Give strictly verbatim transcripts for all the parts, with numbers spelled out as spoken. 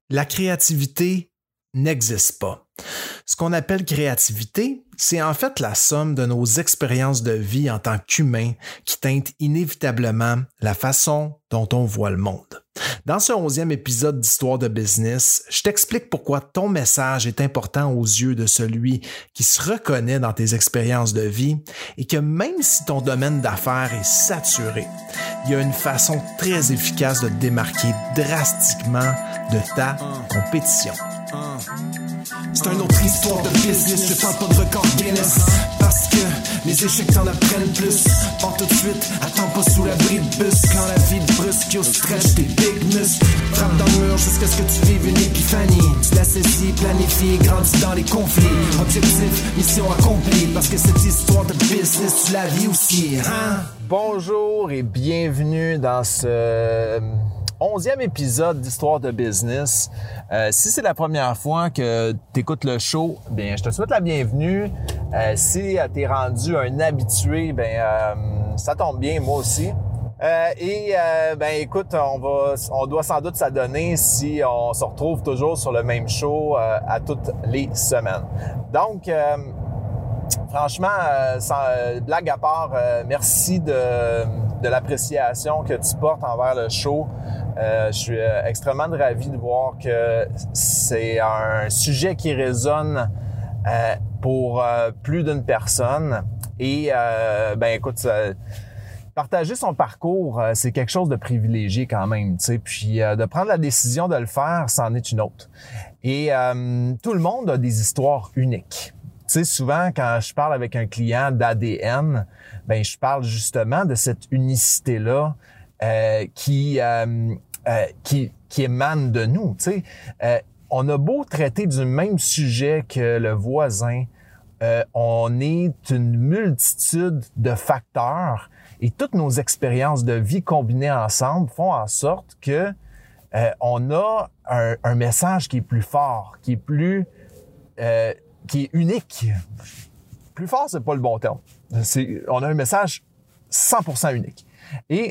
La créativité n'existe pas. Ce qu'on appelle créativité, c'est en fait la somme de nos expériences de vie en tant qu'humains qui teintent inévitablement la façon dont on voit le monde. Dans ce onzième épisode d'Histoire de business, je t'explique pourquoi ton message est important aux yeux de celui qui se reconnaît dans tes expériences de vie et que même si ton domaine d'affaires est saturé, il y a une façon très efficace de te démarquer drastiquement de ta compétition. C'est une autre histoire de business, je parle pas de record Guinness. Parce que les échecs t'en apprennent plus. Pars tout de suite, attends pas sous l'abri de bus. Quand la vie te brusque, yo stretch tes big muscles. Frappe dans le mur jusqu'à ce que tu vives une épiphanie. Tu la saisis, planifie, grandis dans les conflits. Objectif, mission accomplie. Parce que cette histoire de business, tu la vis aussi, hein? Bonjour et bienvenue dans ce onzième épisode d'Histoire de business. Euh, si c'est la première fois que tu écoutes le show, bien, je te souhaite la bienvenue. Euh, si tu es rendu un habitué, bien, euh, ça tombe bien, moi aussi. Euh, et, euh, ben, écoute, on va, on doit sans doute s'adonner si on se retrouve toujours sur le même show euh, à toutes les semaines. Donc, euh, franchement, euh, sans euh, blague à part, euh, merci de, de l'appréciation que tu portes envers le show. Euh, je suis euh, extrêmement ravi de voir que c'est un sujet qui résonne euh, pour euh, plus d'une personne. Et, euh, ben écoute, euh, partager son parcours, euh, c'est quelque chose de privilégié quand même, tu sais. Puis euh, de prendre la décision de le faire, c'en est une autre. Et euh, tout le monde a des histoires uniques. Tu sais, souvent, quand je parle avec un client d'A D N, ben je parle justement de cette unicité-là euh, qui... Euh, Euh, qui, qui émane de nous. Tu sais, euh, on a beau traiter du même sujet que le voisin, euh, on est une multitude de facteurs et toutes nos expériences de vie combinées ensemble font en sorte que euh, on a un, un message qui est plus fort, qui est plus, euh, qui est unique. Plus fort, c'est pas le bon terme. C'est, on a un message cent pour cent unique. Et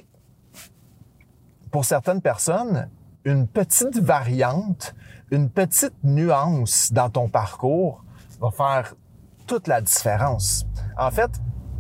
pour certaines personnes, une petite variante, une petite nuance dans ton parcours va faire toute la différence. En fait,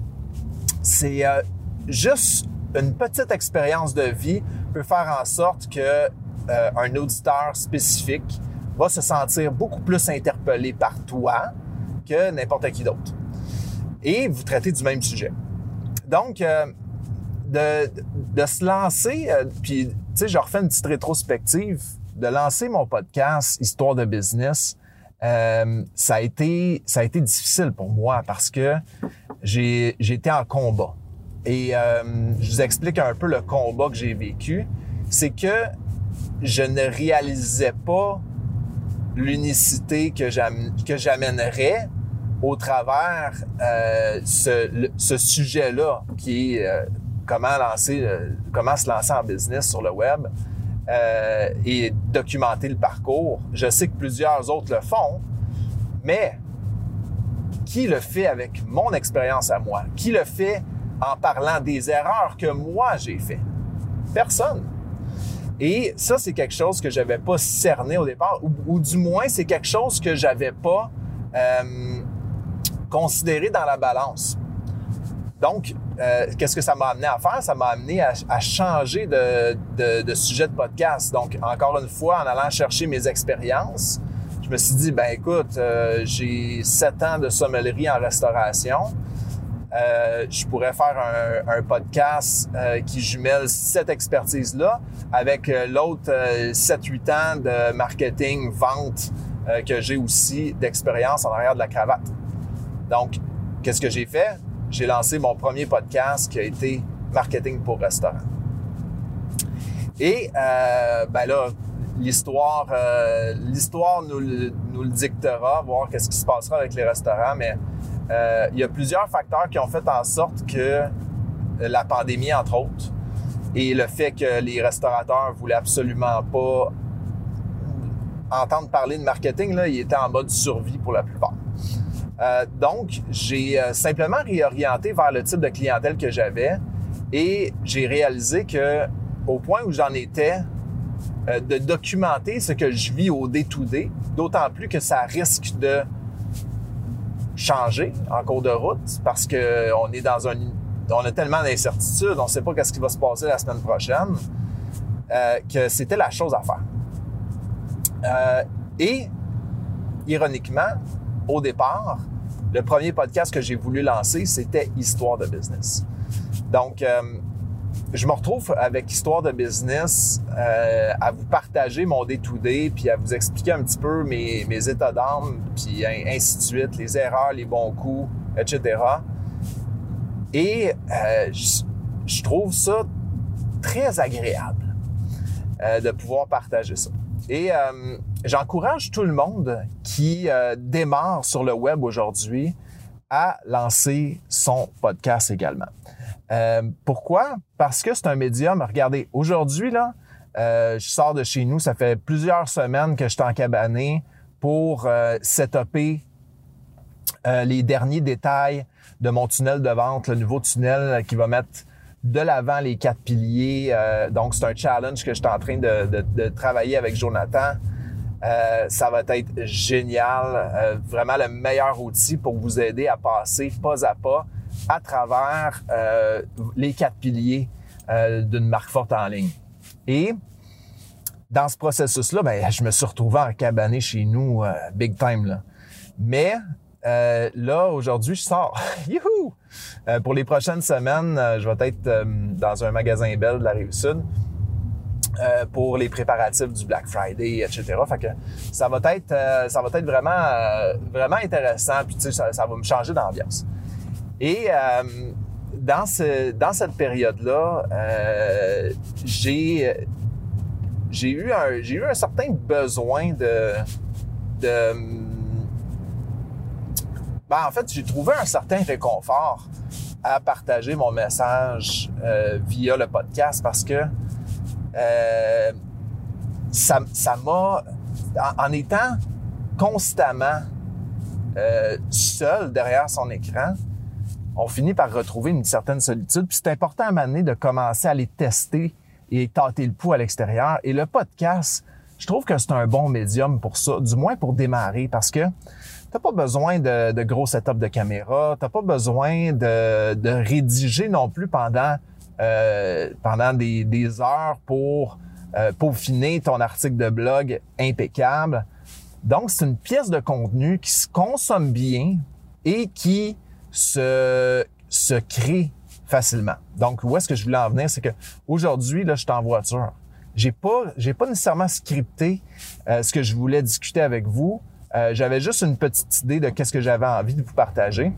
c'est euh, juste une petite expérience de vie peut faire en sorte que euh, un auditeur spécifique va se sentir beaucoup plus interpellé par toi que n'importe qui d'autre. Et vous traitez du même sujet. Donc, euh, De, de se lancer, euh, puis tu sais, je refais une petite rétrospective, de lancer mon podcast Histoire de business, euh, ça a été ça a été difficile pour moi parce que j'ai j'étais en combat. Et euh, je vous explique un peu le combat que j'ai vécu, c'est que je ne réalisais pas l'unicité que j'am, que j'amènerais au travers euh, ce, le, ce sujet-là qui est euh, comment lancer, euh, comment se lancer en business sur le web euh, et documenter le parcours. Je sais que plusieurs autres le font, mais qui le fait avec mon expérience à moi? Qui le fait en parlant des erreurs que moi j'ai fait? Personne. Et ça, c'est quelque chose que j'avais pas cerné au départ, ou, ou du moins, c'est quelque chose que j'avais pas euh, considéré dans la balance. Donc, euh, qu'est-ce que ça m'a amené à faire? Ça m'a amené à, à changer de, de, de sujet de podcast. Donc, encore une fois, en allant chercher mes expériences, je me suis dit, ben écoute, euh, j'ai sept ans de sommellerie en restauration. Euh, je pourrais faire un, un podcast euh, qui jumelle cette expertise-là avec euh, l'autre euh, sept huit ans de marketing, vente euh, que j'ai aussi d'expérience en arrière de la cravate. Donc, qu'est-ce que j'ai fait? J'ai lancé mon premier podcast qui a été Marketing pour restaurant. Et euh, ben là, l'histoire, euh, l'histoire nous, nous le dictera, voir qu'est-ce qui se passera avec les restaurants, mais euh, il y a plusieurs facteurs qui ont fait en sorte que la pandémie, entre autres, et le fait que les restaurateurs voulaient absolument pas entendre parler de marketing, là, ils étaient en mode survie pour la plupart. Euh, donc, j'ai euh, simplement réorienté vers le type de clientèle que j'avais et j'ai réalisé que au point où j'en étais, euh, de documenter ce que je vis au day-to-day, d'autant plus que ça risque de changer en cours de route parce que on est dans un, on a tellement d'incertitudes, on ne sait pas qu'est-ce qui va se passer la semaine prochaine, euh, que c'était la chose à faire. Euh, et ironiquement, au départ, le premier podcast que j'ai voulu lancer, c'était Histoire de business. Donc, euh, je me retrouve avec Histoire de business euh, à vous partager mon day-to-day, puis à vous expliquer un petit peu mes, mes états d'âme, puis ainsi de suite, les erreurs, les bons coups, et cetera. Et euh, je, je trouve ça très agréable euh, de pouvoir partager ça. Et euh, j'encourage tout le monde qui euh, démarre sur le web aujourd'hui à lancer son podcast également. Euh, pourquoi? Parce que c'est un médium. Regardez, aujourd'hui, là, euh, je sors de chez nous, ça fait plusieurs semaines que je suis encabané pour euh, setuper euh, les derniers détails de mon tunnel de vente, le nouveau tunnel qui va mettre de l'avant les quatre piliers. Euh, donc, c'est un challenge que je suis en train de, de, de travailler avec Jonathan. Euh, ça va être génial. Euh, vraiment le meilleur outil pour vous aider à passer pas à pas à travers euh, les quatre piliers euh, d'une marque forte en ligne. Et dans ce processus-là, ben, je me suis retrouvé encabané chez nous euh, big time, là. Mais euh, là, aujourd'hui, je sors. Youhou! Euh, pour les prochaines semaines, euh, je vais être euh, dans un magasin Bell de la Rive-Sud euh, pour les préparatifs du Black Friday, et cetera. Fait que ça va être, euh, ça va être vraiment, euh, vraiment intéressant. Puis tu sais, ça, ça va me changer d'ambiance. Et euh, dans ce, dans cette période-là, euh, j'ai, j'ai eu un, j'ai eu un certain besoin de, de ben, en fait, j'ai trouvé un certain réconfort à partager mon message euh, via le podcast parce que euh, ça, ça m'a, en, en étant constamment euh, seul derrière son écran, on finit par retrouver une certaine solitude. Puis c'est important à un moment donné de commencer à les tester et tâter le pouls à l'extérieur. Et le podcast, je trouve que c'est un bon médium pour ça, du moins pour démarrer, parce que t'as pas besoin de, de gros setup de caméra, t'as pas besoin de, de rédiger non plus pendant euh, pendant des, des heures pour euh, peaufiner ton article de blog impeccable. Donc, c'est une pièce de contenu qui se consomme bien et qui se, se crée facilement. Donc, où est-ce que je voulais en venir? C'est que aujourd'hui, là, je suis en voiture. J'ai pas, j'ai pas nécessairement scripté euh, ce que je voulais discuter avec vous. Euh, j'avais juste une petite idée de qu'est-ce que j'avais envie de vous partager.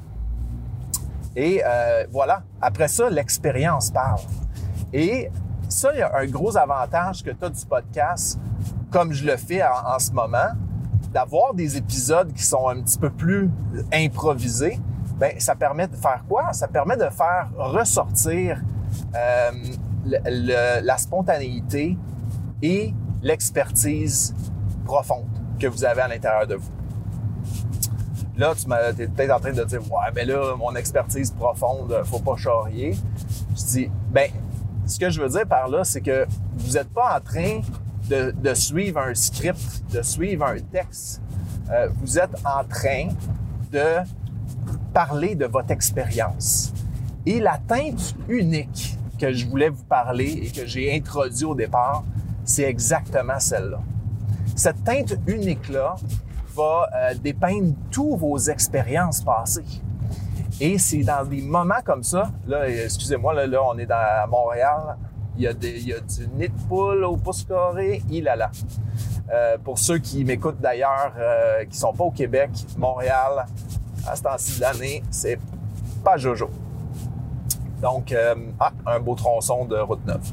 Et euh, voilà. Après ça, l'expérience parle. Et ça, il y a un gros avantage que tu as du podcast, comme je le fais en, en ce moment, d'avoir des épisodes qui sont un petit peu plus improvisés. Ben, ça permet de faire quoi? Ça permet de faire ressortir euh, le, le, la spontanéité et l'expertise profonde que vous avez à l'intérieur de vous. Là, tu m'as, t'es peut-être en train de dire « Ouais, ben là, mon expertise profonde, faut pas charrier. » Je dis « Ben, ce que je veux dire par là, c'est que vous n'êtes pas en train de, de suivre un script, de suivre un texte. Euh, vous êtes en train de parler de votre expérience. Et la teinte unique que je voulais vous parler et que j'ai introduit au départ, c'est exactement celle-là. Cette teinte unique-là va euh, dépeindre tous vos expériences passées. Et c'est dans des moments comme ça, là, excusez-moi, là, là on est dans, à Montréal, il y a, des, il y a du nid de poule au pouce carré, il a là. Euh, pour ceux qui m'écoutent d'ailleurs, euh, qui sont pas au Québec, Montréal, à ce temps-ci de l'année, c'est pas jojo. Donc, euh, ah, un beau tronçon de route neuve.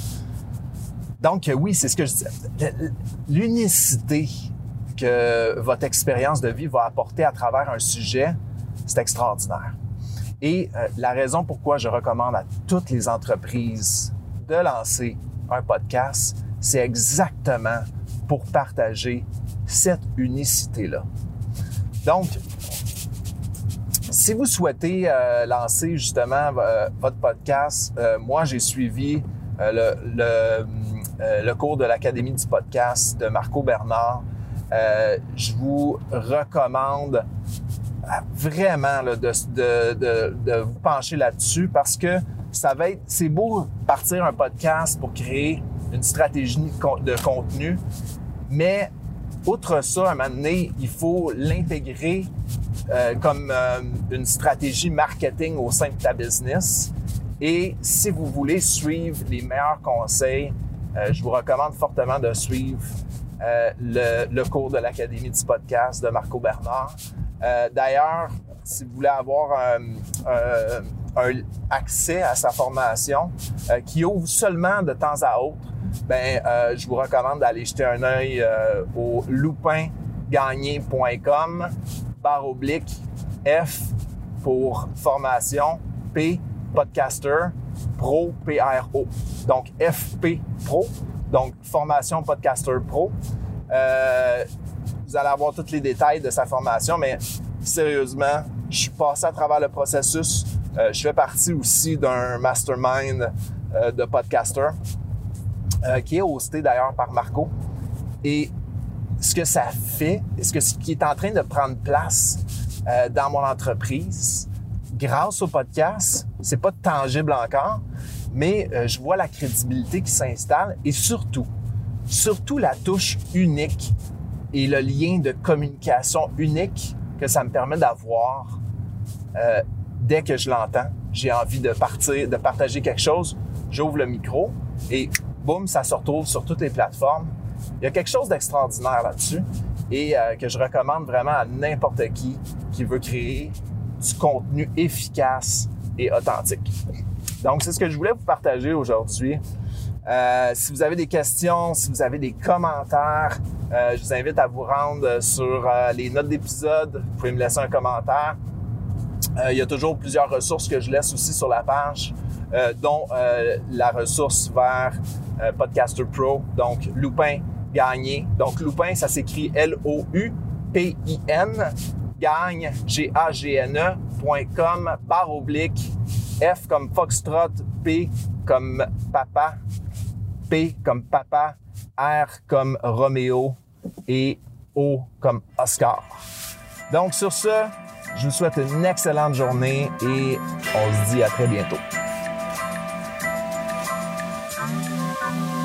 Donc, euh, oui, c'est ce que je disais. L'unicité que votre expérience de vie va apporter à travers un sujet, c'est extraordinaire. Et euh, la raison pourquoi je recommande à toutes les entreprises de lancer un podcast, c'est exactement pour partager cette unicité-là. Donc, si vous souhaitez euh, lancer justement euh, votre podcast, euh, moi j'ai suivi euh, le, le, euh, le cours de l'Académie du podcast de Marco Bernard. Euh, je vous recommande vraiment là, de, de, de, de vous pencher là-dessus parce que ça va être, c'est beau partir un podcast pour créer une stratégie de contenu, mais outre ça, à un moment donné, il faut l'intégrer euh, comme euh, une stratégie marketing au sein de ta business. Et si vous voulez suivre les meilleurs conseils, euh, je vous recommande fortement de suivre euh, le, le cours de l'Académie du podcast de Marco Bernard. Euh, d'ailleurs, si vous voulez avoir un, un, un accès à sa formation euh, qui ouvre seulement de temps à autre, ben euh, je vous recommande d'aller jeter un œil euh, au loupin gagné point com barre oblique F pour formation, P podcaster, pro, P R O. Donc F P Pro, donc formation podcaster pro. Euh, vous allez avoir tous les détails de sa formation, mais sérieusement, je suis passé à travers le processus. Euh, je fais partie aussi d'un mastermind euh, de podcasters euh, qui est hosté d'ailleurs par Marco. Et ce que ça fait, ce, que, ce qui est en train de prendre place euh, dans mon entreprise, grâce au podcast, c'est pas tangible encore, mais euh, je vois la crédibilité qui s'installe et surtout, surtout la touche unique et le lien de communication unique que ça me permet d'avoir euh, dès que je l'entends. J'ai envie de partir, de partager quelque chose, j'ouvre le micro et boum, ça se retrouve sur toutes les plateformes. Il y a quelque chose d'extraordinaire là-dessus et euh, que je recommande vraiment à n'importe qui qui veut créer du contenu efficace et authentique. Donc, c'est ce que je voulais vous partager aujourd'hui. Euh, si vous avez des questions, si vous avez des commentaires, euh, je vous invite à vous rendre sur euh, les notes d'épisode. Vous pouvez me laisser un commentaire. Euh, il y a toujours plusieurs ressources que je laisse aussi sur la page, euh, dont euh, la ressource vers euh, Podcaster Pro, donc Loupin Gagné. Donc, Loupin, ça s'écrit L O U P I N, gagne, G A G N E, point com, barre oblique, F comme Foxtrot, P comme papa, P comme papa, R comme Roméo et O comme Oscar. Donc, sur ce, je vous souhaite une excellente journée et on se dit à très bientôt.